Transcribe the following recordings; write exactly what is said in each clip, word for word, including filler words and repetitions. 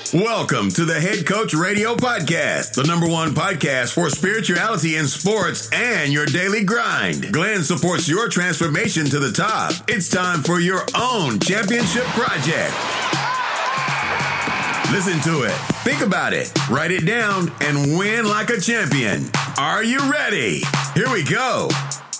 Welcome to the Head Coach Radio Podcast, the number one podcast for spirituality in sports and your daily grind. Glenn supports your transformation to the top. It's time for your own championship project. Listen to it, think about it, write it down, and win like a champion. Are you ready? Here we go.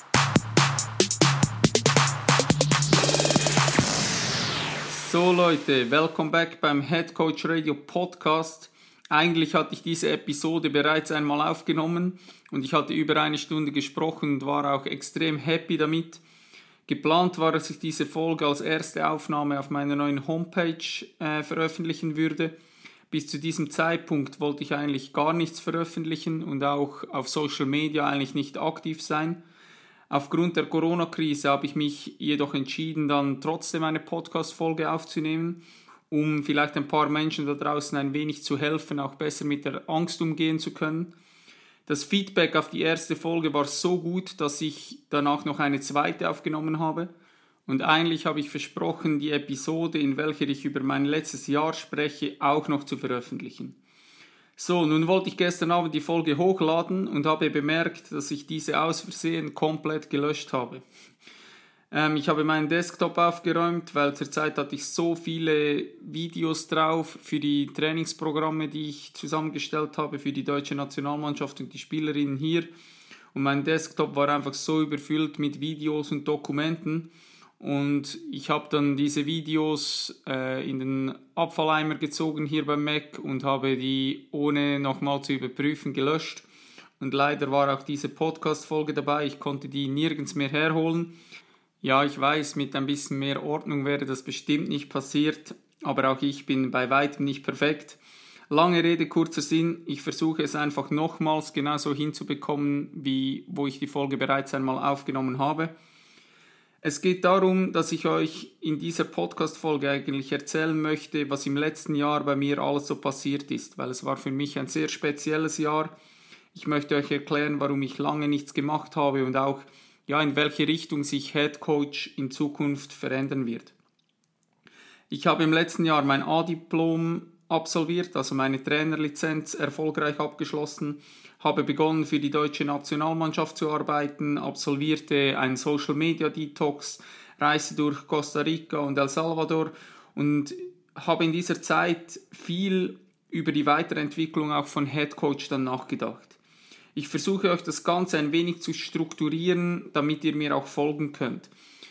So Leute, welcome back beim Head Coach Radio Podcast. Eigentlich hatte ich diese Episode bereits einmal aufgenommen und ich hatte über eine Stunde gesprochen und war auch extrem happy damit. Geplant war, dass ich diese Folge als erste Aufnahme auf meiner neuen Homepage äh, veröffentlichen würde. Bis zu diesem Zeitpunkt wollte ich eigentlich gar nichts veröffentlichen und auch auf Social Media eigentlich nicht aktiv sein. Aufgrund der Corona-Krise habe ich mich jedoch entschieden, dann trotzdem eine Podcast-Folge aufzunehmen, um vielleicht ein paar Menschen da draußen ein wenig zu helfen, auch besser mit der Angst umgehen zu können. Das Feedback auf die erste Folge war so gut, dass ich danach noch eine zweite aufgenommen habe. Und eigentlich habe ich versprochen, die Episode, in welcher ich über mein letztes Jahr spreche, auch noch zu veröffentlichen. So, nun wollte ich gestern Abend die Folge hochladen und habe bemerkt, dass ich diese aus Versehen komplett gelöscht habe. Ähm, ich habe meinen Desktop aufgeräumt, weil zurzeit hatte ich so viele Videos drauf für die Trainingsprogramme, die ich zusammengestellt habe für die deutsche Nationalmannschaft und die Spielerinnen hier. Und mein Desktop war einfach so überfüllt mit Videos und Dokumenten. Und ich habe dann diese Videos äh, in den Abfalleimer gezogen hier beim Mac und habe die ohne nochmal zu überprüfen gelöscht. Und leider war auch diese Podcast-Folge dabei, ich konnte die nirgends mehr herholen. Ja, ich weiß, mit ein bisschen mehr Ordnung wäre das bestimmt nicht passiert, aber auch ich bin bei weitem nicht perfekt. Lange Rede, kurzer Sinn, ich versuche es einfach nochmals genauso hinzubekommen, wie wo ich die Folge bereits einmal aufgenommen habe. Es geht darum, dass ich euch in dieser Podcast-Folge eigentlich erzählen möchte, was im letzten Jahr bei mir alles so passiert ist, weil es war für mich ein sehr spezielles Jahr. Ich möchte euch erklären, warum ich lange nichts gemacht habe und auch, ja, in welche Richtung sich Head Coach in Zukunft verändern wird. Ich habe im letzten Jahr mein A-Diplom absolviert, also meine Trainerlizenz erfolgreich abgeschlossen, habe begonnen für die deutsche Nationalmannschaft zu arbeiten, absolvierte einen Social Media Detox, reiste durch Costa Rica und El Salvador und habe in dieser Zeit viel über die Weiterentwicklung auch von Head Coach dann nachgedacht. Ich versuche euch das Ganze ein wenig zu strukturieren, damit ihr mir auch folgen könnt.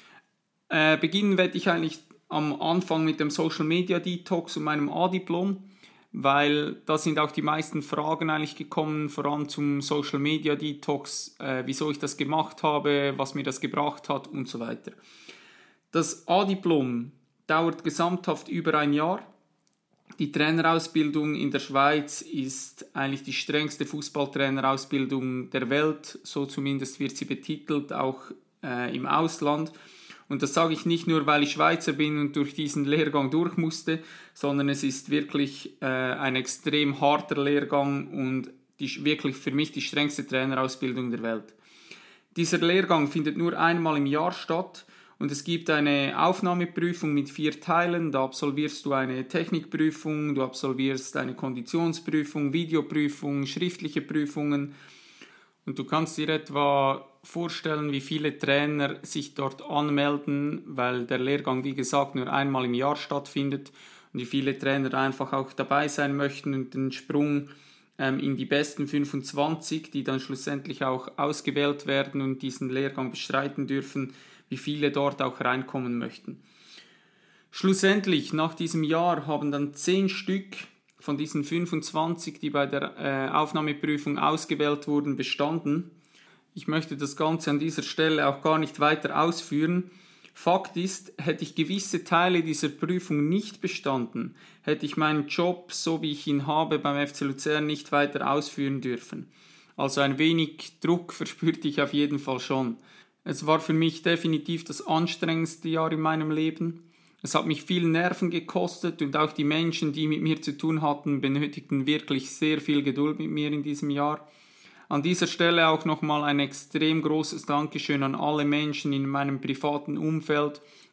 Äh, beginnen werde ich eigentlich am Anfang mit dem Social Media Detox und meinem A-Diplom, weil da sind auch die meisten Fragen eigentlich gekommen, vor allem zum Social Media Detox, äh, wieso ich das gemacht habe, was mir das gebracht hat und so weiter. Das A-Diplom dauert gesamthaft über ein Jahr. Die Trainerausbildung in der Schweiz ist eigentlich die strengste Fußballtrainerausbildung der Welt, so zumindest wird sie betitelt, auch äh, im Ausland. Und das sage ich nicht nur, weil ich Schweizer bin und durch diesen Lehrgang durch musste, sondern es ist wirklich äh, ein extrem harter Lehrgang und die, wirklich für mich die strengste Trainerausbildung der Welt. Dieser Lehrgang findet nur einmal im Jahr statt und es gibt eine Aufnahmeprüfung mit vier Teilen. Da absolvierst du eine Technikprüfung, du absolvierst eine Konditionsprüfung, Videoprüfung, schriftliche Prüfungen. Und du kannst dir etwa vorstellen, wie viele Trainer sich dort anmelden, weil der Lehrgang, wie gesagt, nur einmal im Jahr stattfindet und wie viele Trainer einfach auch dabei sein möchten und den Sprung ähm, in die besten fünfundzwanzig, die dann schlussendlich auch ausgewählt werden und diesen Lehrgang bestreiten dürfen, wie viele dort auch reinkommen möchten. Schlussendlich, nach diesem Jahr, haben dann zehn Stück von diesen fünfundzwanzig, die bei der äh, Aufnahmeprüfung ausgewählt wurden, bestanden. Ich möchte das Ganze an dieser Stelle auch gar nicht weiter ausführen. Fakt ist, hätte ich gewisse Teile dieser Prüfung nicht bestanden, hätte ich meinen Job, so wie ich ihn habe, beim F C Luzern nicht weiter ausführen dürfen. Also ein wenig Druck verspürte ich auf jeden Fall schon. Es war für mich definitiv das anstrengendste Jahr in meinem Leben. Es hat mich viel Nerven gekostet und auch die Menschen, die mit mir zu tun hatten, benötigten wirklich sehr viel Geduld mit mir in diesem Jahr. An dieser Stelle auch nochmal ein extrem großes Dankeschön an alle Menschen in meinem privaten Umfeld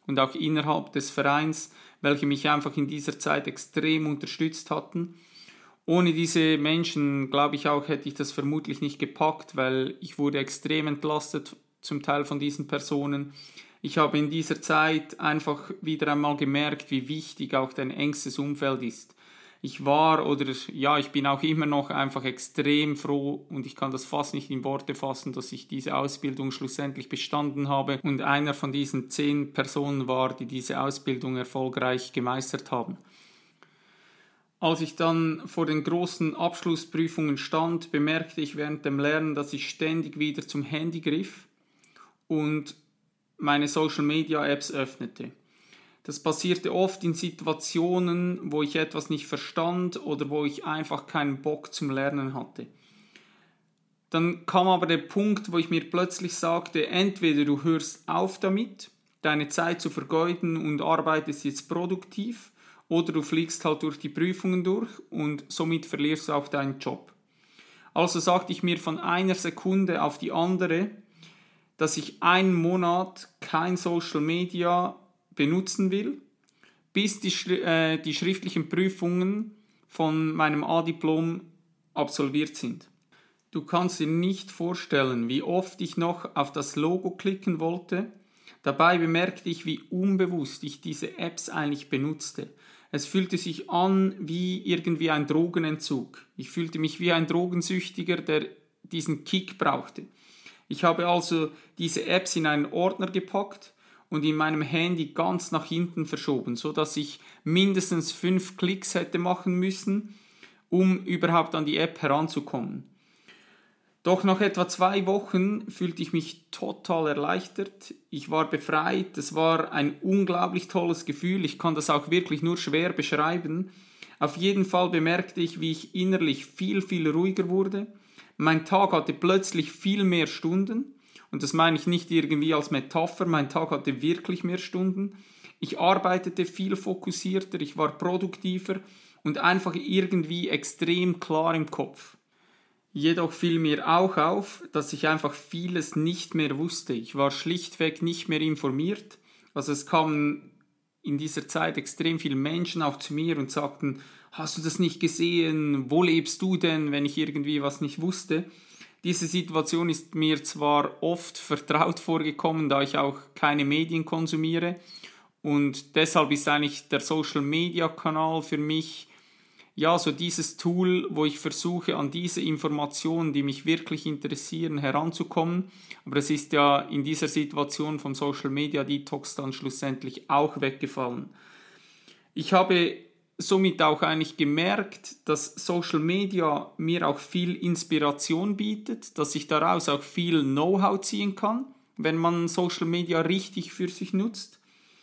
und auch innerhalb des Vereins, welche mich einfach in dieser Zeit extrem unterstützt hatten. Ohne diese Menschen, glaube ich auch, hätte ich das vermutlich nicht gepackt, weil ich wurde extrem entlastet, zum Teil von diesen Personen. Ich habe in dieser Zeit einfach wieder einmal gemerkt, wie wichtig auch dein engstes Umfeld ist. Ich war oder ja, ich bin auch immer noch einfach extrem froh und ich kann das fast nicht in Worte fassen, dass ich diese Ausbildung schlussendlich bestanden habe und einer von diesen zehn Personen war, die diese Ausbildung erfolgreich gemeistert haben. Als ich dann vor den großen Abschlussprüfungen stand, bemerkte ich während dem Lernen, dass ich ständig wieder zum Handy griff und meine Social-Media-Apps öffnete. Das passierte oft in Situationen, wo ich etwas nicht verstand oder wo ich einfach keinen Bock zum Lernen hatte. Dann kam aber der Punkt, wo ich mir plötzlich sagte, entweder du hörst auf damit, deine Zeit zu vergeuden und arbeitest jetzt produktiv, oder du fliegst halt durch die Prüfungen durch und somit verlierst du auch deinen Job. Also sagte ich mir von einer Sekunde auf die andere, dass ich einen Monat kein Social Media benutzen will, bis die, äh, die schriftlichen Prüfungen von meinem A-Diplom absolviert sind. Du kannst dir nicht vorstellen, wie oft ich noch auf das Logo klicken wollte. Dabei bemerkte ich, wie unbewusst ich diese Apps eigentlich benutzte. Es fühlte sich an wie irgendwie ein Drogenentzug. Ich fühlte mich wie ein Drogensüchtiger, der diesen Kick brauchte. Ich habe also diese Apps in einen Ordner gepackt und in meinem Handy ganz nach hinten verschoben, so dass ich mindestens fünf Klicks hätte machen müssen, um überhaupt an die App heranzukommen. Doch nach etwa zwei Wochen fühlte ich mich total erleichtert. Ich war befreit. Es war ein unglaublich tolles Gefühl. Ich kann das auch wirklich nur schwer beschreiben. Auf jeden Fall bemerkte ich, wie ich innerlich viel, viel ruhiger wurde. Mein Tag hatte plötzlich viel mehr Stunden. Und das meine ich nicht irgendwie als Metapher, mein Tag hatte wirklich mehr Stunden. Ich arbeitete viel fokussierter, ich war produktiver und einfach irgendwie extrem klar im Kopf. Jedoch fiel mir auch auf, dass ich einfach vieles nicht mehr wusste. Ich war schlichtweg nicht mehr informiert. Also es kamen in dieser Zeit extrem viele Menschen auch zu mir und sagten, hast du das nicht gesehen? Wo lebst du denn, wenn ich irgendwie was nicht wusste? Diese Situation ist mir zwar oft vertraut vorgekommen, da ich auch keine Medien konsumiere und deshalb ist eigentlich der Social-Media-Kanal für mich ja so dieses Tool, wo ich versuche, an diese Informationen, die mich wirklich interessieren, heranzukommen. Aber es ist ja in dieser Situation vom Social-Media-Detox dann schlussendlich auch weggefallen. Ich habe somit auch eigentlich gemerkt, dass Social Media mir auch viel Inspiration bietet, dass ich daraus auch viel Know-how ziehen kann, wenn man Social Media richtig für sich nutzt.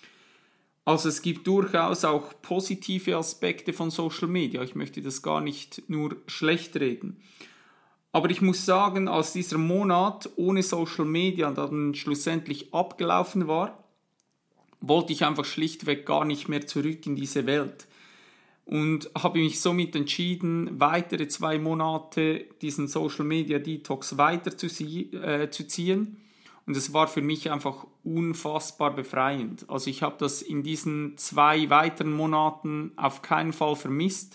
Also es gibt durchaus auch positive Aspekte von Social Media. Ich möchte das gar nicht nur schlecht reden. Aber ich muss sagen, als dieser Monat ohne Social Media dann schlussendlich abgelaufen war, wollte ich einfach schlichtweg gar nicht mehr zurück in diese Welt. Und habe mich somit entschieden, weitere zwei Monate diesen Social Media Detox weiterzuziehen. Äh, zu ziehen. Und es war für mich einfach unfassbar befreiend. Also ich habe das in diesen zwei weiteren Monaten auf keinen Fall vermisst.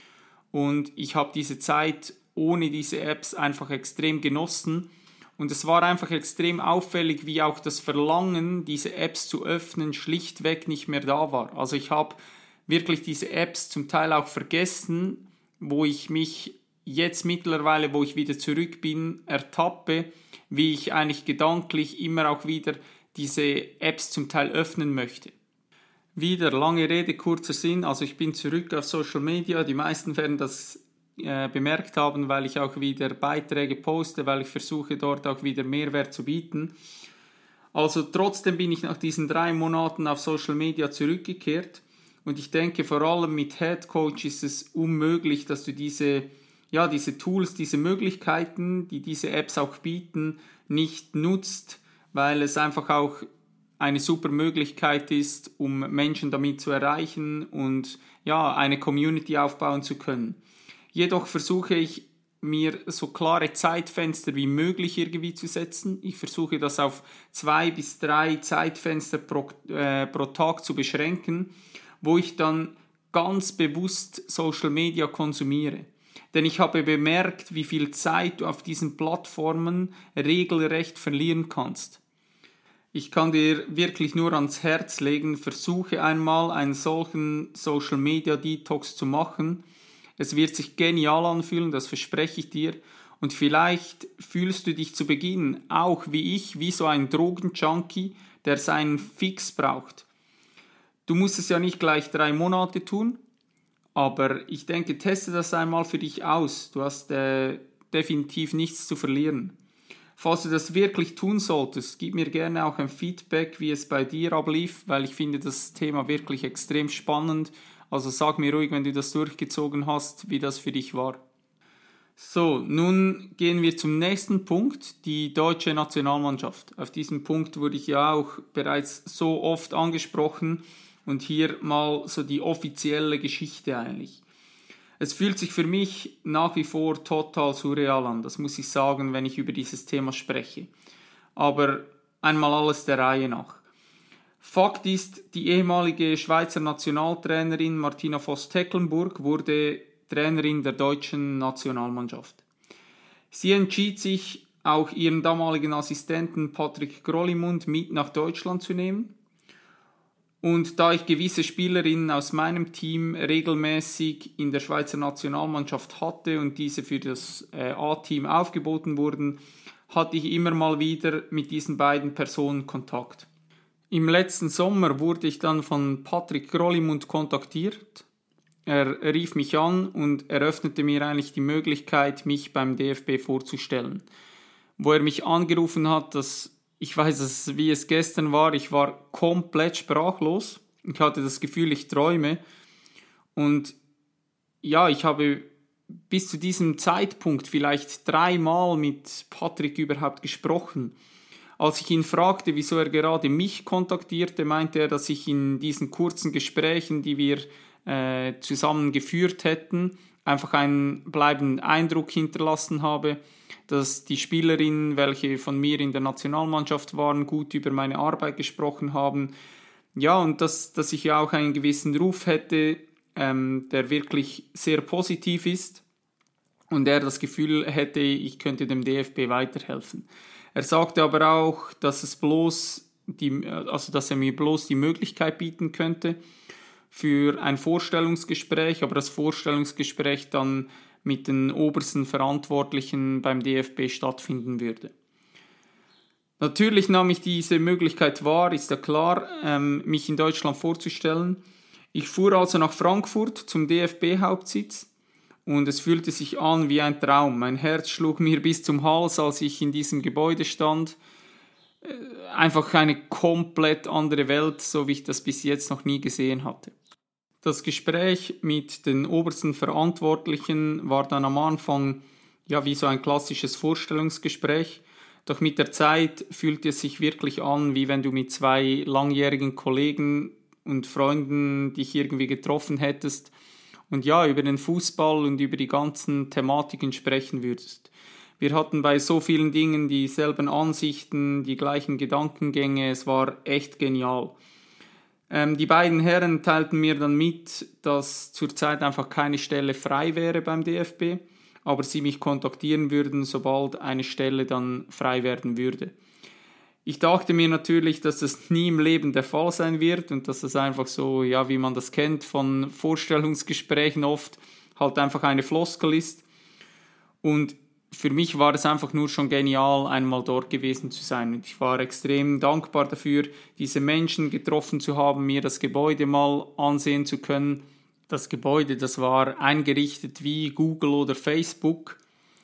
Und ich habe diese Zeit ohne diese Apps einfach extrem genossen. Und es war einfach extrem auffällig, wie auch das Verlangen, diese Apps zu öffnen, schlichtweg nicht mehr da war. Also ich habe wirklich diese Apps zum Teil auch vergessen, wo ich mich jetzt mittlerweile, wo ich wieder zurück bin, ertappe, wie ich eigentlich gedanklich immer auch wieder diese Apps zum Teil öffnen möchte. Wieder lange Rede, kurzer Sinn, also ich bin zurück auf Social Media, die meisten werden das äh, bemerkt haben, weil ich auch wieder Beiträge poste, weil ich versuche dort auch wieder Mehrwert zu bieten. Also trotzdem bin ich nach diesen drei Monaten auf Social Media zurückgekehrt. Und ich denke, vor allem mit Head Coach ist es unmöglich, dass du diese, ja, diese Tools, diese Möglichkeiten, die diese Apps auch bieten, nicht nutzt, weil es einfach auch eine super Möglichkeit ist, um Menschen damit zu erreichen und ja, eine Community aufbauen zu können. Jedoch versuche ich mir so klare Zeitfenster wie möglich irgendwie zu setzen. Ich versuche das auf zwei bis drei Zeitfenster pro, äh, pro Tag zu beschränken, wo ich dann ganz bewusst Social Media konsumiere. Denn ich habe bemerkt, wie viel Zeit du auf diesen Plattformen regelrecht verlieren kannst. Ich kann dir wirklich nur ans Herz legen, versuche einmal einen solchen Social Media Detox zu machen. Es wird sich genial anfühlen, das verspreche ich dir. Und vielleicht fühlst du dich zu Beginn auch wie ich, wie so ein Drogenjunkie, der seinen Fix braucht. Du musst es ja nicht gleich drei Monate tun, aber ich denke, teste das einmal für dich aus. Du hast äh, definitiv nichts zu verlieren. Falls du das wirklich tun solltest, gib mir gerne auch ein Feedback, wie es bei dir ablief, weil ich finde das Thema wirklich extrem spannend. Also sag mir ruhig, wenn du das durchgezogen hast, wie das für dich war. So, nun gehen wir zum nächsten Punkt, die deutsche Nationalmannschaft. Auf diesen Punkt wurde ich ja auch bereits so oft angesprochen und hier mal so die offizielle Geschichte eigentlich. Es fühlt sich für mich nach wie vor total surreal an, das muss ich sagen, wenn ich über dieses Thema spreche. Aber einmal alles der Reihe nach. Fakt ist, die ehemalige Schweizer Nationaltrainerin Martina Voss-Tecklenburg wurde Trainerin der deutschen Nationalmannschaft. Sie entschied sich, auch ihren damaligen Assistenten Patrick Grollimund mit nach Deutschland zu nehmen. Und da ich gewisse Spielerinnen aus meinem Team regelmäßig in der Schweizer Nationalmannschaft hatte und diese für das äh, A-Team aufgeboten wurden, hatte ich immer mal wieder mit diesen beiden Personen Kontakt. Im letzten Sommer wurde ich dann von Patrick Grollimund kontaktiert. Er rief mich an und eröffnete mir eigentlich die Möglichkeit, mich beim D F B vorzustellen. Wo er mich angerufen hat, dass ich weiß es, wie es gestern war, ich war komplett sprachlos. Ich hatte das Gefühl, ich träume. Und ja, ich habe bis zu diesem Zeitpunkt vielleicht dreimal mit Patrick überhaupt gesprochen. Als ich ihn fragte, wieso er gerade mich kontaktierte, meinte er, dass ich in diesen kurzen Gesprächen, die wir äh, zusammen geführt hätten, einfach einen bleibenden Eindruck hinterlassen habe, dass die Spielerinnen, welche von mir in der Nationalmannschaft waren, gut über meine Arbeit gesprochen haben. Ja, und dass, dass ich ja auch einen gewissen Ruf hätte, ähm, der wirklich sehr positiv ist und er das Gefühl hätte, ich könnte dem D F B weiterhelfen. Er sagte aber auch, dass es bloß die, also dass er mir bloß die Möglichkeit bieten könnte für ein Vorstellungsgespräch, aber das Vorstellungsgespräch dann mit den obersten Verantwortlichen beim D F B stattfinden würde. Natürlich nahm ich diese Möglichkeit wahr, ist ja klar, ähm, mich in Deutschland vorzustellen. Ich fuhr also nach Frankfurt zum D F B-Hauptsitz. Und es fühlte sich an wie ein Traum. Mein Herz schlug mir bis zum Hals, als ich in diesem Gebäude stand. Einfach eine komplett andere Welt, so wie ich das bis jetzt noch nie gesehen hatte. Das Gespräch mit den obersten Verantwortlichen war dann am Anfang ja wie so ein klassisches Vorstellungsgespräch. Doch mit der Zeit fühlte es sich wirklich an, wie wenn du mit zwei langjährigen Kollegen und Freunden dich irgendwie getroffen hättest und ja, über den Fußball und über die ganzen Thematiken sprechen würdest. Wir hatten bei so vielen Dingen dieselben Ansichten, die gleichen Gedankengänge, es war echt genial. Ähm, die beiden Herren teilten mir dann mit, dass zurzeit einfach keine Stelle frei wäre beim D F B, aber sie mich kontaktieren würden, sobald eine Stelle dann frei werden würde. Ich dachte mir natürlich, dass das nie im Leben der Fall sein wird und dass das einfach so, ja, wie man das kennt von Vorstellungsgesprächen oft, halt einfach eine Floskel ist. Und für mich war es einfach nur schon genial, einmal dort gewesen zu sein. Und ich war extrem dankbar dafür, diese Menschen getroffen zu haben, mir das Gebäude mal ansehen zu können. Das Gebäude, das war eingerichtet wie Google oder Facebook.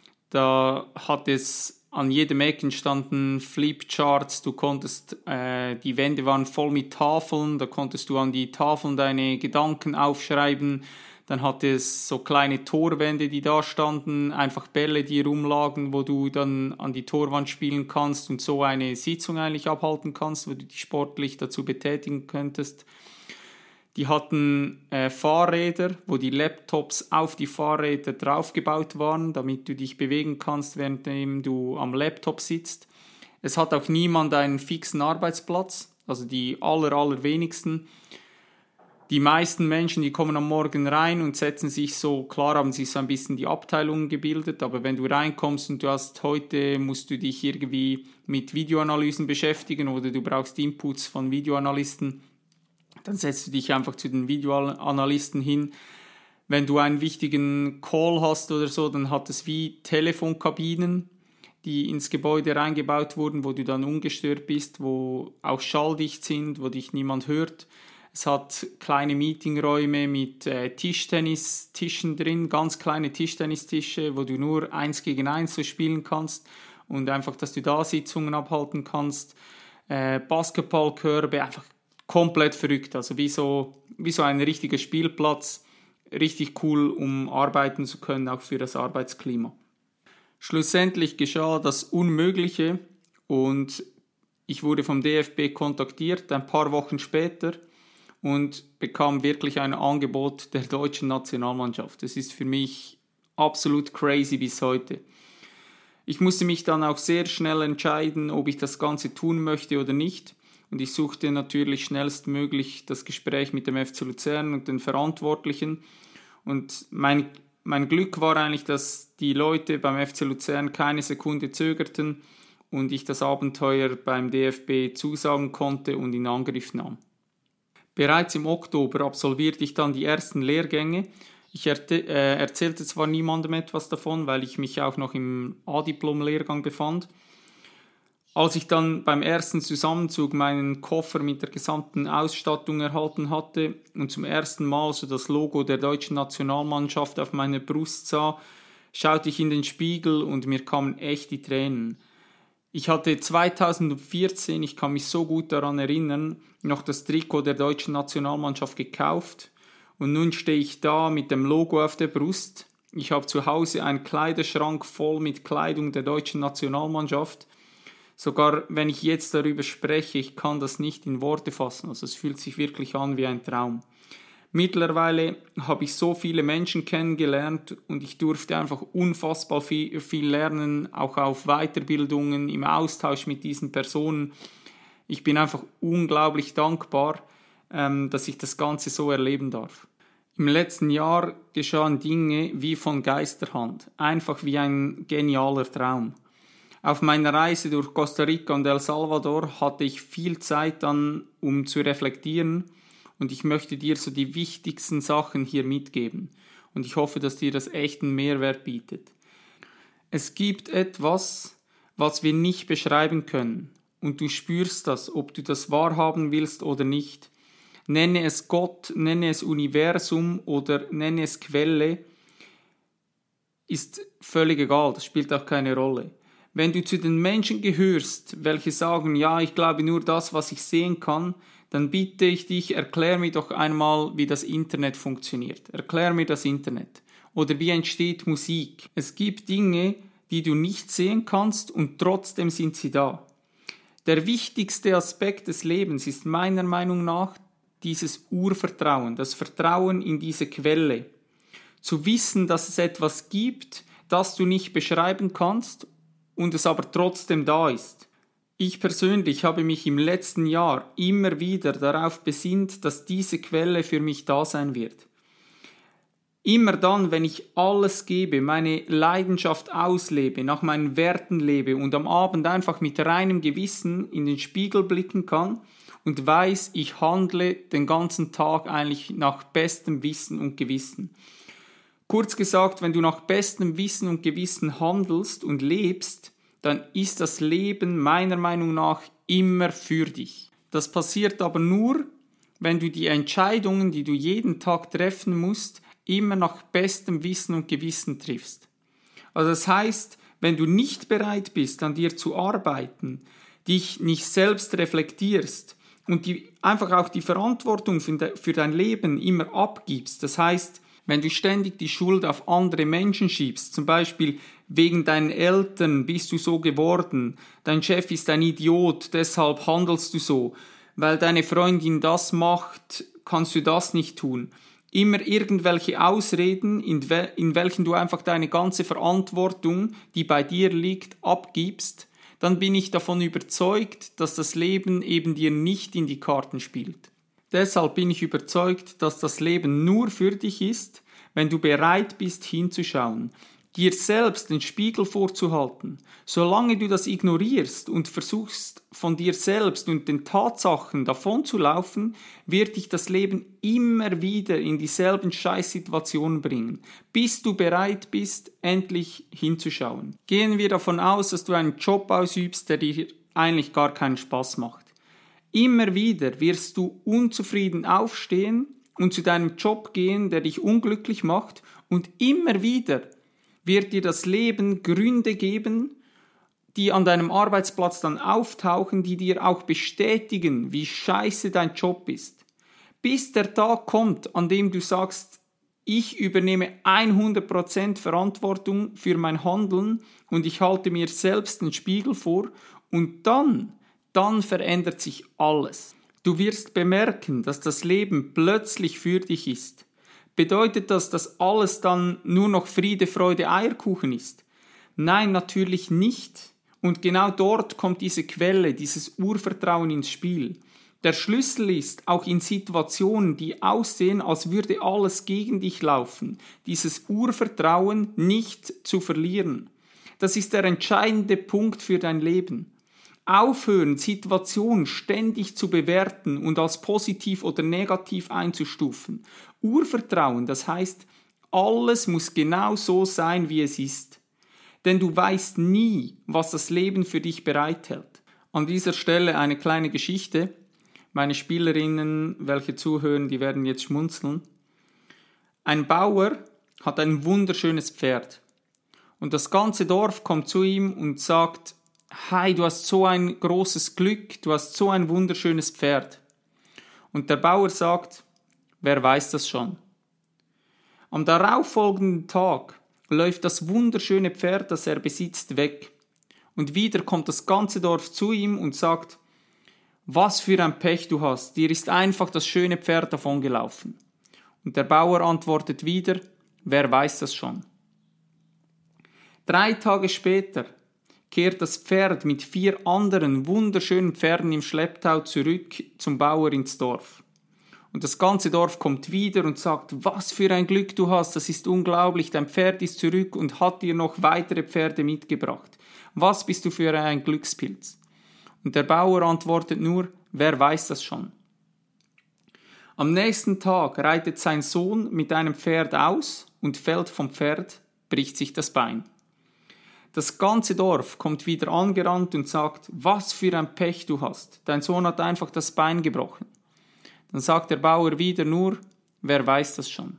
Da hat es an jedem Ecken standen Flipcharts, du konntest, äh, die Wände waren voll mit Tafeln, da konntest du an die Tafeln deine Gedanken aufschreiben. Dann hatte es so kleine Torwände, die da standen, einfach Bälle, die rumlagen, wo du dann an die Torwand spielen kannst und so eine Sitzung eigentlich abhalten kannst, wo du dich sportlich dazu betätigen könntest. Die hatten äh, Fahrräder, wo die Laptops auf die Fahrräder draufgebaut waren, damit du dich bewegen kannst, während du am Laptop sitzt. Es hat auch niemand einen fixen Arbeitsplatz, also die aller, allerwenigsten. Die meisten Menschen, die kommen am Morgen rein und setzen sich so, klar haben sich so ein bisschen die Abteilungen gebildet, aber wenn du reinkommst und du hast, heute musst du dich irgendwie mit Videoanalysen beschäftigen oder du brauchst Inputs von Videoanalysten, dann setzt du dich einfach zu den Videoanalysten hin. Wenn du einen wichtigen Call hast oder so, dann hat es wie Telefonkabinen, die ins Gebäude reingebaut wurden, wo du dann ungestört bist, wo auch schalldicht sind, wo dich niemand hört. Es hat kleine Meetingräume mit äh, Tischtennistischen drin, ganz kleine Tischtennistische, wo du nur eins gegen eins so spielen kannst und einfach, dass du da Sitzungen abhalten kannst. Äh, Basketballkörbe, einfach komplett verrückt, also wie so, wie so ein richtiger Spielplatz, richtig cool, um arbeiten zu können, auch für das Arbeitsklima. Schlussendlich geschah das Unmögliche und ich wurde vom D F B kontaktiert, ein paar Wochen später, und bekam wirklich ein Angebot der deutschen Nationalmannschaft. Das ist für mich absolut crazy bis heute. Ich musste mich dann auch sehr schnell entscheiden, ob ich das Ganze tun möchte oder nicht. Und ich suchte natürlich schnellstmöglich das Gespräch mit dem F C Luzern und den Verantwortlichen. Und mein, mein Glück war eigentlich, dass die Leute beim F C Luzern keine Sekunde zögerten und ich das Abenteuer beim D F B zusagen konnte und in Angriff nahm. Bereits im Oktober absolvierte ich dann die ersten Lehrgänge. Ich erte- äh, erzählte zwar niemandem etwas davon, weil ich mich auch noch im A-Diplom-Lehrgang befand. Als ich dann beim ersten Zusammenzug meinen Koffer mit der gesamten Ausstattung erhalten hatte und zum ersten Mal so das Logo der deutschen Nationalmannschaft auf meiner Brust sah, schaute ich in den Spiegel und mir kamen echt die Tränen. Ich hatte zweitausendvierzehn, ich kann mich so gut daran erinnern, noch das Trikot der deutschen Nationalmannschaft gekauft und nun stehe ich da mit dem Logo auf der Brust. Ich habe zu Hause einen Kleiderschrank voll mit Kleidung der deutschen Nationalmannschaft. Sogar wenn ich jetzt darüber spreche, ich kann das nicht in Worte fassen, also es fühlt sich wirklich an wie ein Traum. Mittlerweile habe ich so viele Menschen kennengelernt und ich durfte einfach unfassbar viel, viel lernen, auch auf Weiterbildungen, im Austausch mit diesen Personen. Ich bin einfach unglaublich dankbar, ähm, dass ich das Ganze so erleben darf. Im letzten Jahr geschahen Dinge wie von Geisterhand, einfach wie ein genialer Traum. Auf meiner Reise durch Costa Rica und El Salvador hatte ich viel Zeit dann, um zu reflektieren. Und ich möchte dir so die wichtigsten Sachen hier mitgeben. Und ich hoffe, dass dir das echt einen Mehrwert bietet. Es gibt etwas, was wir nicht beschreiben können. Und du spürst das, ob du das wahrhaben willst oder nicht. Nenne es Gott, nenne es Universum oder nenne es Quelle. Ist völlig egal, das spielt auch keine Rolle. Wenn du zu den Menschen gehörst, welche sagen, ja, ich glaube nur das, was ich sehen kann, dann bitte ich dich, erklär mir doch einmal, wie das Internet funktioniert. Erklär mir das Internet. Oder wie entsteht Musik. Es gibt Dinge, die du nicht sehen kannst und trotzdem sind sie da. Der wichtigste Aspekt des Lebens ist meiner Meinung nach dieses Urvertrauen, das Vertrauen in diese Quelle. Zu wissen, dass es etwas gibt, das du nicht beschreiben kannst und es aber trotzdem da ist. Ich persönlich habe mich im letzten Jahr immer wieder darauf besinnt, dass diese Quelle für mich da sein wird. Immer dann, wenn ich alles gebe, meine Leidenschaft auslebe, nach meinen Werten lebe und am Abend einfach mit reinem Gewissen in den Spiegel blicken kann und weiß, ich handle den ganzen Tag eigentlich nach bestem Wissen und Gewissen. Kurz gesagt, wenn du nach bestem Wissen und Gewissen handelst und lebst, dann ist das Leben meiner Meinung nach immer für dich. Das passiert aber nur, wenn du die Entscheidungen, die du jeden Tag treffen musst, immer nach bestem Wissen und Gewissen triffst. Also das heißt, wenn du nicht bereit bist, an dir zu arbeiten, dich nicht selbst reflektierst und die, einfach auch die Verantwortung für, de, für dein Leben immer abgibst, das heißt, wenn du ständig die Schuld auf andere Menschen schiebst, zum Beispiel wegen deinen Eltern bist du so geworden, dein Chef ist ein Idiot, deshalb handelst du so, weil deine Freundin das macht, kannst du das nicht tun. Immer irgendwelche Ausreden, in, wel- in welchen du einfach deine ganze Verantwortung, die bei dir liegt, abgibst, dann bin ich davon überzeugt, dass das Leben eben dir nicht in die Karten spielt. Deshalb bin ich überzeugt, dass das Leben nur für dich ist, wenn du bereit bist hinzuschauen, dir selbst den Spiegel vorzuhalten. Solange du das ignorierst und versuchst von dir selbst und den Tatsachen davonzulaufen, wird dich das Leben immer wieder in dieselben Scheißsituationen bringen, bis du bereit bist, endlich hinzuschauen. Gehen wir davon aus, dass du einen Job ausübst, der dir eigentlich gar keinen Spaß macht. Immer wieder wirst du unzufrieden aufstehen und zu deinem Job gehen, der dich unglücklich macht, und immer wieder wird dir das Leben Gründe geben, die an deinem Arbeitsplatz dann auftauchen, die dir auch bestätigen, wie scheiße dein Job ist. Bis der Tag kommt, an dem du sagst, ich übernehme hundert Prozent Verantwortung für mein Handeln und ich halte mir selbst den Spiegel vor, und dann, dann verändert sich alles. Du wirst bemerken, dass das Leben plötzlich für dich ist. Bedeutet das, dass alles dann nur noch Friede, Freude, Eierkuchen ist? Nein, natürlich nicht. Und genau dort kommt diese Quelle, dieses Urvertrauen ins Spiel. Der Schlüssel ist, auch in Situationen, die aussehen, als würde alles gegen dich laufen, dieses Urvertrauen nicht zu verlieren. Das ist der entscheidende Punkt für dein Leben. Aufhören, Situationen ständig zu bewerten und als positiv oder negativ einzustufen. Urvertrauen, das heißt, alles muss genau so sein, wie es ist. Denn du weißt nie, was das Leben für dich bereithält. An dieser Stelle eine kleine Geschichte. Meine Spielerinnen, welche zuhören, die werden jetzt schmunzeln. Ein Bauer hat ein wunderschönes Pferd. Und das ganze Dorf kommt zu ihm und sagt, hey, du hast so ein großes Glück, du hast so ein wunderschönes Pferd. Und der Bauer sagt, wer weiß das schon? Am darauffolgenden Tag läuft das wunderschöne Pferd, das er besitzt, weg. Und wieder kommt das ganze Dorf zu ihm und sagt, was für ein Pech du hast, dir ist einfach das schöne Pferd davongelaufen. Und der Bauer antwortet wieder, wer weiß das schon? Drei Tage später kehrt das Pferd mit vier anderen wunderschönen Pferden im Schlepptau zurück zum Bauer ins Dorf. Und das ganze Dorf kommt wieder und sagt, was für ein Glück du hast, das ist unglaublich, dein Pferd ist zurück und hat dir noch weitere Pferde mitgebracht. Was bist du für ein Glückspilz? Und der Bauer antwortet nur, wer weiß das schon? Am nächsten Tag reitet sein Sohn mit einem Pferd aus und fällt vom Pferd, bricht sich das Bein. Das ganze Dorf kommt wieder angerannt und sagt, was für ein Pech du hast. Dein Sohn hat einfach das Bein gebrochen. Dann sagt der Bauer wieder nur, wer weiß das schon.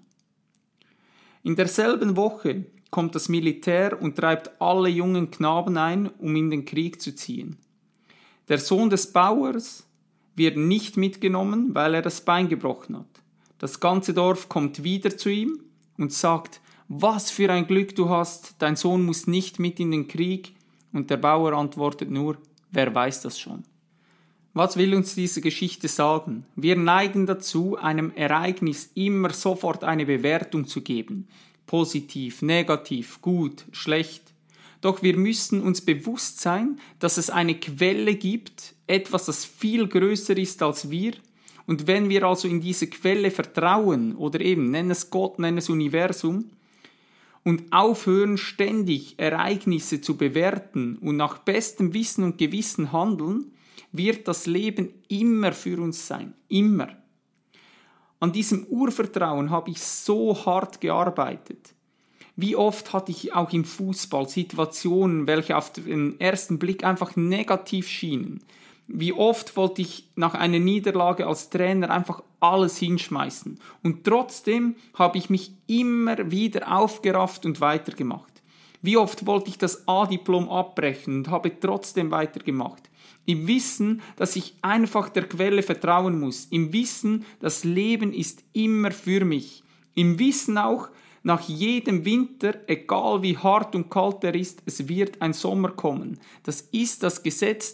In derselben Woche kommt das Militär und treibt alle jungen Knaben ein, um in den Krieg zu ziehen. Der Sohn des Bauers wird nicht mitgenommen, weil er das Bein gebrochen hat. Das ganze Dorf kommt wieder zu ihm und sagt, was für ein Glück du hast, dein Sohn muss nicht mit in den Krieg. Und der Bauer antwortet nur, wer weiß das schon. Was will uns diese Geschichte sagen? Wir neigen dazu, einem Ereignis immer sofort eine Bewertung zu geben. Positiv, negativ, gut, schlecht. Doch wir müssen uns bewusst sein, dass es eine Quelle gibt, etwas, das viel größer ist als wir. Und wenn wir also in diese Quelle vertrauen, oder eben, nenn es Gott, nenn es Universum, und aufhören, ständig Ereignisse zu bewerten und nach bestem Wissen und Gewissen handeln, wird das Leben immer für uns sein. Immer. An diesem Urvertrauen habe ich so hart gearbeitet. Wie oft hatte ich auch im Fußball Situationen, welche auf den ersten Blick einfach negativ schienen. Wie oft wollte ich nach einer Niederlage als Trainer einfach alles hinschmeißen. Und trotzdem habe ich mich immer wieder aufgerafft und weitergemacht. Wie oft wollte ich das A-Diplom abbrechen und habe trotzdem weitergemacht. Im Wissen, dass ich einfach der Quelle vertrauen muss. Im Wissen, das Leben ist immer für mich. Im Wissen auch, nach jedem Winter, egal wie hart und kalt er ist, es wird ein Sommer kommen. Das ist das Gesetz des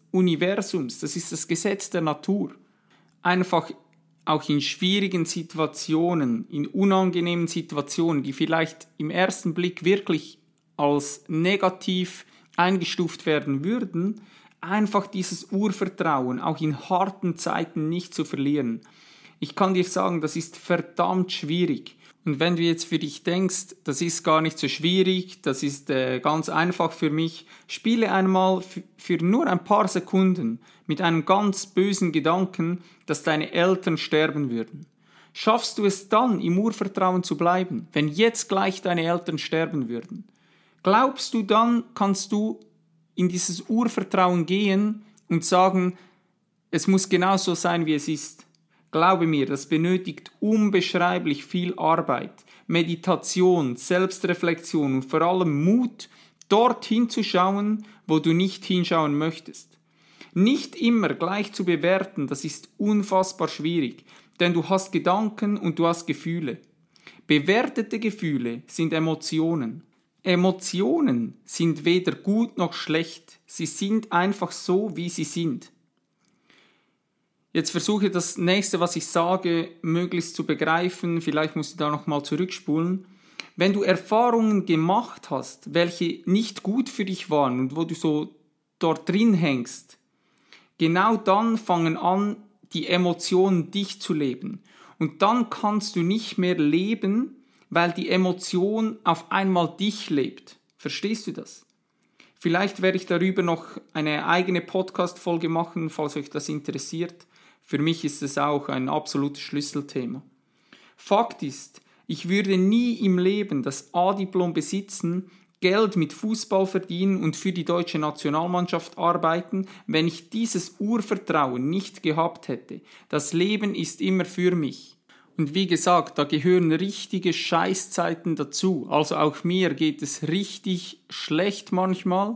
Universums, das ist das Gesetz der Natur. Einfach auch in schwierigen Situationen, in unangenehmen Situationen, die vielleicht im ersten Blick wirklich als negativ eingestuft werden würden, einfach dieses Urvertrauen auch in harten Zeiten nicht zu verlieren. Ich kann dir sagen, das ist verdammt schwierig. Und wenn du jetzt für dich denkst, das ist gar nicht so schwierig, das ist äh, ganz einfach für mich, spiele einmal f- für nur ein paar Sekunden mit einem ganz bösen Gedanken, dass deine Eltern sterben würden. Schaffst du es dann, im Urvertrauen zu bleiben, wenn jetzt gleich deine Eltern sterben würden? Glaubst du, dann kannst du in dieses Urvertrauen gehen und sagen, es muss genau so sein, wie es ist? Glaube mir, das benötigt unbeschreiblich viel Arbeit, Meditation, Selbstreflexion und vor allem Mut, dort hinzuschauen, wo du nicht hinschauen möchtest. Nicht immer gleich zu bewerten, das ist unfassbar schwierig, denn du hast Gedanken und du hast Gefühle. Bewertete Gefühle sind Emotionen. Emotionen sind weder gut noch schlecht, sie sind einfach so, wie sie sind. Jetzt versuche das nächste, was ich sage, möglichst zu begreifen. Vielleicht musst du da nochmal zurückspulen. Wenn du Erfahrungen gemacht hast, welche nicht gut für dich waren und wo du so dort drin hängst, genau dann fangen an, die Emotionen dich zu leben. Und dann kannst du nicht mehr leben, weil die Emotion auf einmal dich lebt. Verstehst du das? Vielleicht werde ich darüber noch eine eigene Podcast-Folge machen, falls euch das interessiert. Für mich ist es auch ein absolutes Schlüsselthema. Fakt ist, ich würde nie im Leben das A-Diplom besitzen, Geld mit Fußball verdienen und für die deutsche Nationalmannschaft arbeiten, wenn ich dieses Urvertrauen nicht gehabt hätte. Das Leben ist immer für mich. Und wie gesagt, da gehören richtige Scheißzeiten dazu. Also auch mir geht es richtig schlecht manchmal.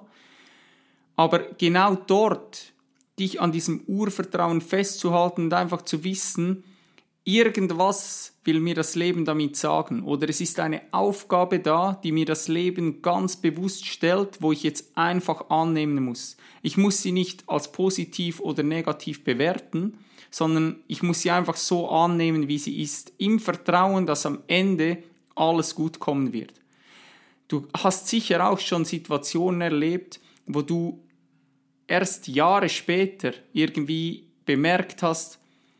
Aber genau dort dich an diesem Urvertrauen festzuhalten und einfach zu wissen, irgendwas will mir das Leben damit sagen oder es ist eine Aufgabe da, die mir das Leben ganz bewusst stellt, wo ich jetzt einfach annehmen muss. Ich muss sie nicht als positiv oder negativ bewerten, sondern ich muss sie einfach so annehmen, wie sie ist, im Vertrauen, dass am Ende alles gut kommen wird. Du hast sicher auch schon Situationen erlebt, wo du erst Jahre später irgendwie bemerkt hast,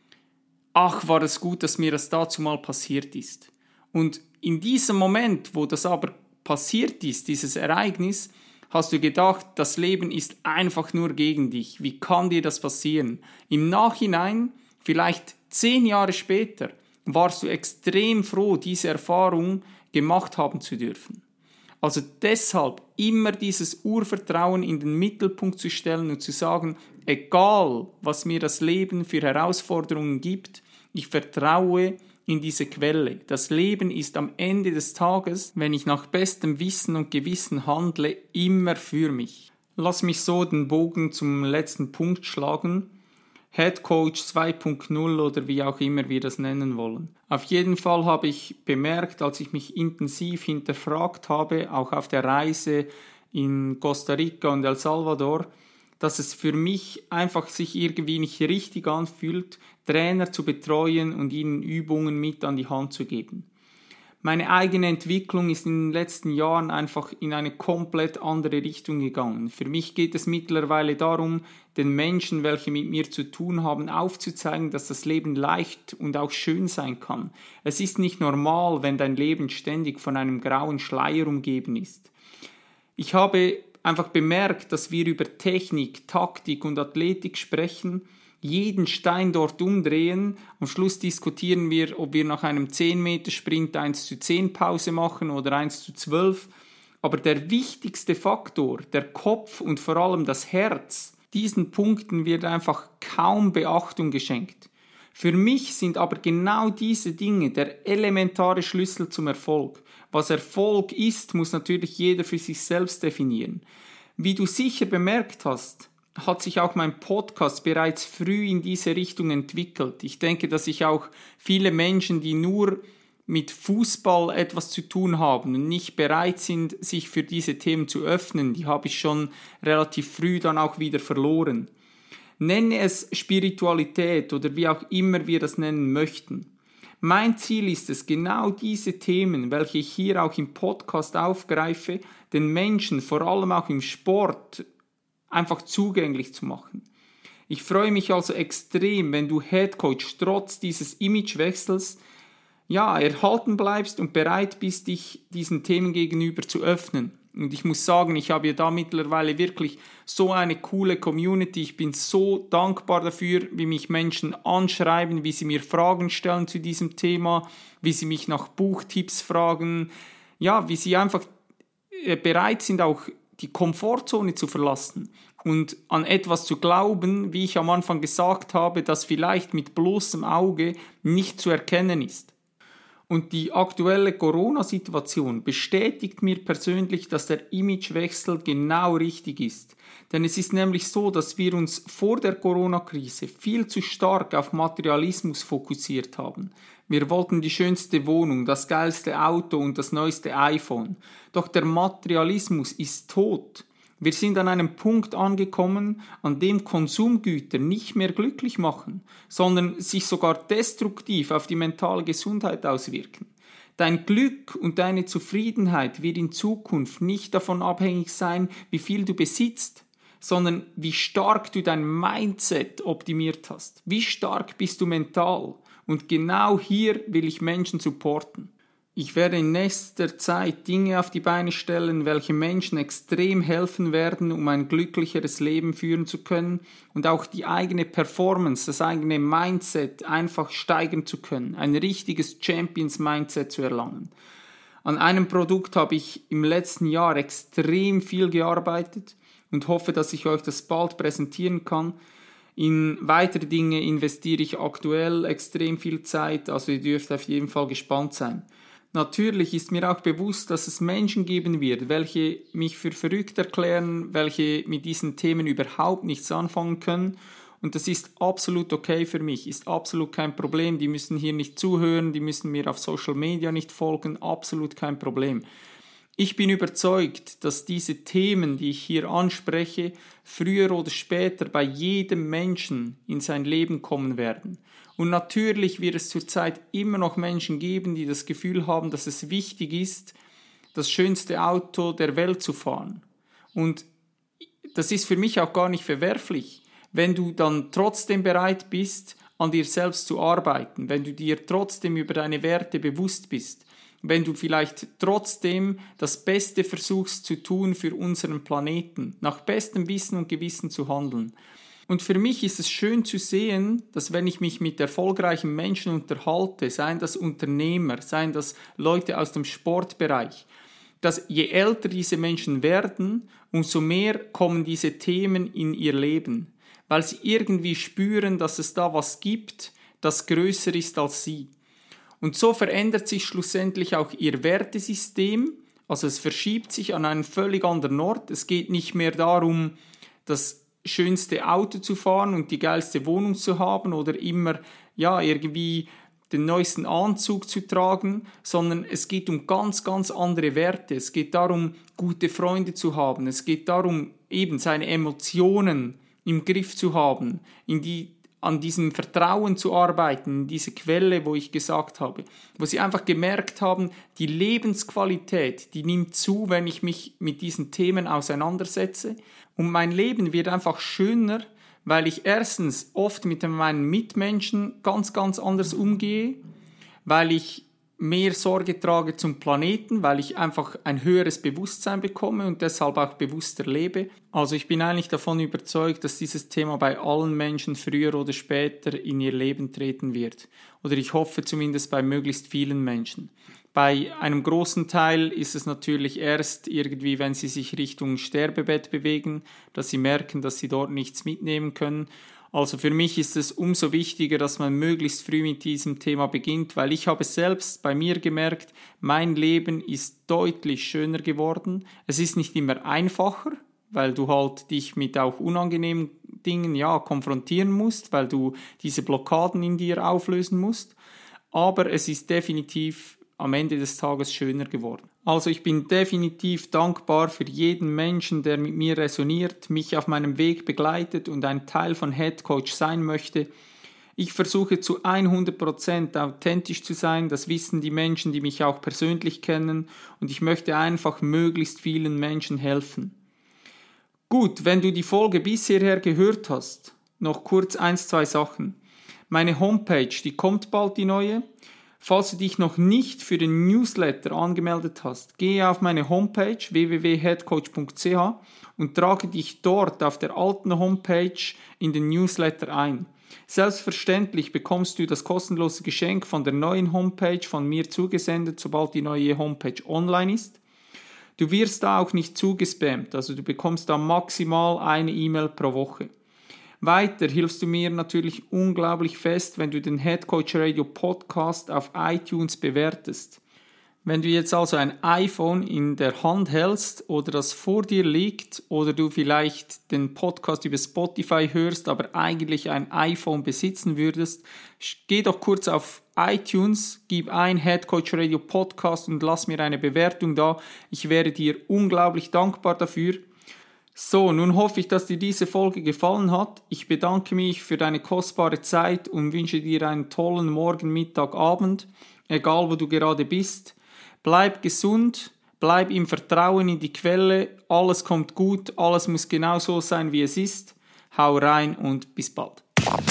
ach, war es gut, dass mir das dazu mal passiert ist. Und in diesem Moment, wo das aber passiert ist, dieses Ereignis, hast du gedacht, das Leben ist einfach nur gegen dich. Wie kann dir das passieren? Im Nachhinein, vielleicht zehn Jahre später, warst du extrem froh, diese Erfahrung gemacht haben zu dürfen. Also deshalb immer dieses Urvertrauen in den Mittelpunkt zu stellen und zu sagen, egal was mir das Leben für Herausforderungen gibt, ich vertraue in diese Quelle. Das Leben ist am Ende des Tages, wenn ich nach bestem Wissen und Gewissen handle, immer für mich. Lass mich so den Bogen zum letzten Punkt schlagen. Head Coach zwei Punkt null oder wie auch immer wir das nennen wollen. Auf jeden Fall habe ich bemerkt, als ich mich intensiv hinterfragt habe, auch auf der Reise in Costa Rica und El Salvador, dass es für mich einfach sich irgendwie nicht richtig anfühlt, Trainer zu betreuen und ihnen Übungen mit an die Hand zu geben. Meine eigene Entwicklung ist in den letzten Jahren einfach in eine komplett andere Richtung gegangen. Für mich geht es mittlerweile darum, den Menschen, welche mit mir zu tun haben, aufzuzeigen, dass das Leben leicht und auch schön sein kann. Es ist nicht normal, wenn dein Leben ständig von einem grauen Schleier umgeben ist. Ich habe einfach bemerkt, dass wir über Technik, Taktik und Athletik sprechen, jeden Stein dort umdrehen. Am Schluss diskutieren wir, ob wir nach einem zehn Meter Sprint eins zu zehn Pause machen oder eins zu zwölf. Aber der wichtigste Faktor, der Kopf und vor allem das Herz, diesen Punkten wird einfach kaum Beachtung geschenkt. Für mich sind aber genau diese Dinge der elementare Schlüssel zum Erfolg. Was Erfolg ist, muss natürlich jeder für sich selbst definieren. Wie du sicher bemerkt hast, hat sich auch mein Podcast bereits früh in diese Richtung entwickelt. Ich denke, dass ich auch viele Menschen, die nur mit Fußball etwas zu tun haben und nicht bereit sind, sich für diese Themen zu öffnen, die habe ich schon relativ früh dann auch wieder verloren. Nenne es Spiritualität oder wie auch immer wir das nennen möchten. Mein Ziel ist es, genau diese Themen, welche ich hier auch im Podcast aufgreife, den Menschen, vor allem auch im Sport, einfach zugänglich zu machen. Ich freue mich also extrem, wenn du Headcoach trotz dieses Imagewechsels ja, erhalten bleibst und bereit bist, dich diesen Themen gegenüber zu öffnen. Und ich muss sagen, ich habe ja da mittlerweile wirklich so eine coole Community. Ich bin so dankbar dafür, wie mich Menschen anschreiben, wie sie mir Fragen stellen zu diesem Thema, wie sie mich nach Buchtipps fragen, ja, wie sie einfach bereit sind, auch die Komfortzone zu verlassen und an etwas zu glauben, wie ich am Anfang gesagt habe, das vielleicht mit bloßem Auge nicht zu erkennen ist. Und die aktuelle Corona-Situation bestätigt mir persönlich, dass der Imagewechsel genau richtig ist. Denn es ist nämlich so, dass wir uns vor der Corona-Krise viel zu stark auf Materialismus fokussiert haben. Wir wollten die schönste Wohnung, das geilste Auto und das neueste iPhone. Doch der Materialismus ist tot. Wir sind an einem Punkt angekommen, an dem Konsumgüter nicht mehr glücklich machen, sondern sich sogar destruktiv auf die mentale Gesundheit auswirken. Dein Glück und deine Zufriedenheit wird in Zukunft nicht davon abhängig sein, wie viel du besitzt, sondern wie stark du dein Mindset optimiert hast. Wie stark bist du mental? Und genau hier will ich Menschen supporten. Ich werde in nächster Zeit Dinge auf die Beine stellen, welche Menschen extrem helfen werden, um ein glücklicheres Leben führen zu können und auch die eigene Performance, das eigene Mindset einfach steigern zu können, ein richtiges Champions-Mindset zu erlangen. An einem Produkt habe ich im letzten Jahr extrem viel gearbeitet und hoffe, dass ich euch das bald präsentieren kann. In weitere Dinge investiere ich aktuell extrem viel Zeit, also ihr dürft auf jeden Fall gespannt sein. Natürlich ist mir auch bewusst, dass es Menschen geben wird, welche mich für verrückt erklären, welche mit diesen Themen überhaupt nichts anfangen können. Und das ist absolut okay für mich, ist absolut kein Problem. Die müssen hier nicht zuhören, die müssen mir auf Social Media nicht folgen, absolut kein Problem. Ich bin überzeugt, dass diese Themen, die ich hier anspreche, früher oder später bei jedem Menschen in sein Leben kommen werden. Und natürlich wird es zurzeit immer noch Menschen geben, die das Gefühl haben, dass es wichtig ist, das schönste Auto der Welt zu fahren. Und das ist für mich auch gar nicht verwerflich, wenn du dann trotzdem bereit bist, an dir selbst zu arbeiten, wenn du dir trotzdem über deine Werte bewusst bist, wenn du vielleicht trotzdem das Beste versuchst zu tun für unseren Planeten, nach bestem Wissen und Gewissen zu handeln. Und für mich ist es schön zu sehen, dass wenn ich mich mit erfolgreichen Menschen unterhalte, seien das Unternehmer, seien das Leute aus dem Sportbereich, dass je älter diese Menschen werden, umso mehr kommen diese Themen in ihr Leben, weil sie irgendwie spüren, dass es da was gibt, das größer ist als sie. Und so verändert sich schlussendlich auch ihr Wertesystem, also es verschiebt sich an einen völlig anderen Ort. Es geht nicht mehr darum, das schönste Auto zu fahren und die geilste Wohnung zu haben oder immer ja irgendwie den neuesten Anzug zu tragen, sondern es geht um ganz, ganz andere Werte. Es geht darum, gute Freunde zu haben. Es geht darum, eben seine Emotionen im Griff zu haben, in die an diesem Vertrauen zu arbeiten, in diese Quelle, wo ich gesagt habe, wo sie einfach gemerkt haben, die Lebensqualität, die nimmt zu, wenn ich mich mit diesen Themen auseinandersetze. Und mein Leben wird einfach schöner, weil ich erstens oft mit meinen Mitmenschen ganz, ganz anders umgehe, weil ich mehr Sorge trage zum Planeten, weil ich einfach ein höheres Bewusstsein bekomme und deshalb auch bewusster lebe. Also ich bin eigentlich davon überzeugt, dass dieses Thema bei allen Menschen früher oder später in ihr Leben treten wird. Oder ich hoffe zumindest bei möglichst vielen Menschen. Bei einem großen Teil ist es natürlich erst irgendwie, wenn sie sich Richtung Sterbebett bewegen, dass sie merken, dass sie dort nichts mitnehmen können. Also für mich ist es umso wichtiger, dass man möglichst früh mit diesem Thema beginnt, weil ich habe selbst bei mir gemerkt, mein Leben ist deutlich schöner geworden. Es ist nicht immer einfacher, weil du halt dich mit auch unangenehmen Dingen ja konfrontieren musst, weil du diese Blockaden in dir auflösen musst. Aber es ist definitiv am Ende des Tages schöner geworden. Also ich bin definitiv dankbar für jeden Menschen, der mit mir resoniert, mich auf meinem Weg begleitet und ein Teil von Head Coach sein möchte. Ich versuche zu hundert Prozent authentisch zu sein, das wissen die Menschen, die mich auch persönlich kennen, und ich möchte einfach möglichst vielen Menschen helfen. Gut, wenn du die Folge bisher gehört hast, noch kurz eins, zwei Sachen. Meine Homepage, die kommt bald, die neue. Falls du dich noch nicht für den Newsletter angemeldet hast, gehe auf meine Homepage w w w punkt headcoach punkt c h und trage dich dort auf der alten Homepage in den Newsletter ein. Selbstverständlich bekommst du das kostenlose Geschenk von der neuen Homepage von mir zugesendet, sobald die neue Homepage online ist. Du wirst da auch nicht zugespammt, also du bekommst da maximal eine E-Mail pro Woche. Weiter hilfst du mir natürlich unglaublich fest, wenn du den Head Coach Radio Podcast auf iTunes bewertest. Wenn du jetzt also ein iPhone in der Hand hältst oder das vor dir liegt oder du vielleicht den Podcast über Spotify hörst, aber eigentlich ein iPhone besitzen würdest, geh doch kurz auf iTunes, gib ein Head Coach Radio Podcast und lass mir eine Bewertung da. Ich wäre dir unglaublich dankbar dafür. So, nun hoffe ich, dass dir diese Folge gefallen hat. Ich bedanke mich für deine kostbare Zeit und wünsche dir einen tollen Morgen, Mittag, Abend, egal wo du gerade bist. Bleib gesund, bleib im Vertrauen in die Quelle, alles kommt gut, alles muss genau so sein, wie es ist. Hau rein und bis bald.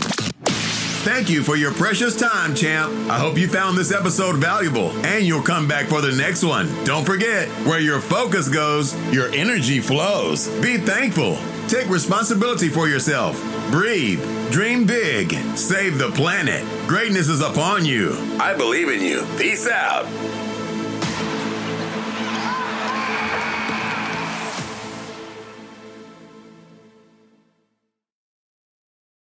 Thank you for your precious time, champ. I hope you found this episode valuable and you'll come back for the next one. Don't forget, where your focus goes, your energy flows. Be thankful. Take responsibility for yourself. Breathe. Dream big. Save the planet. Greatness is upon you. I believe in you. Peace out.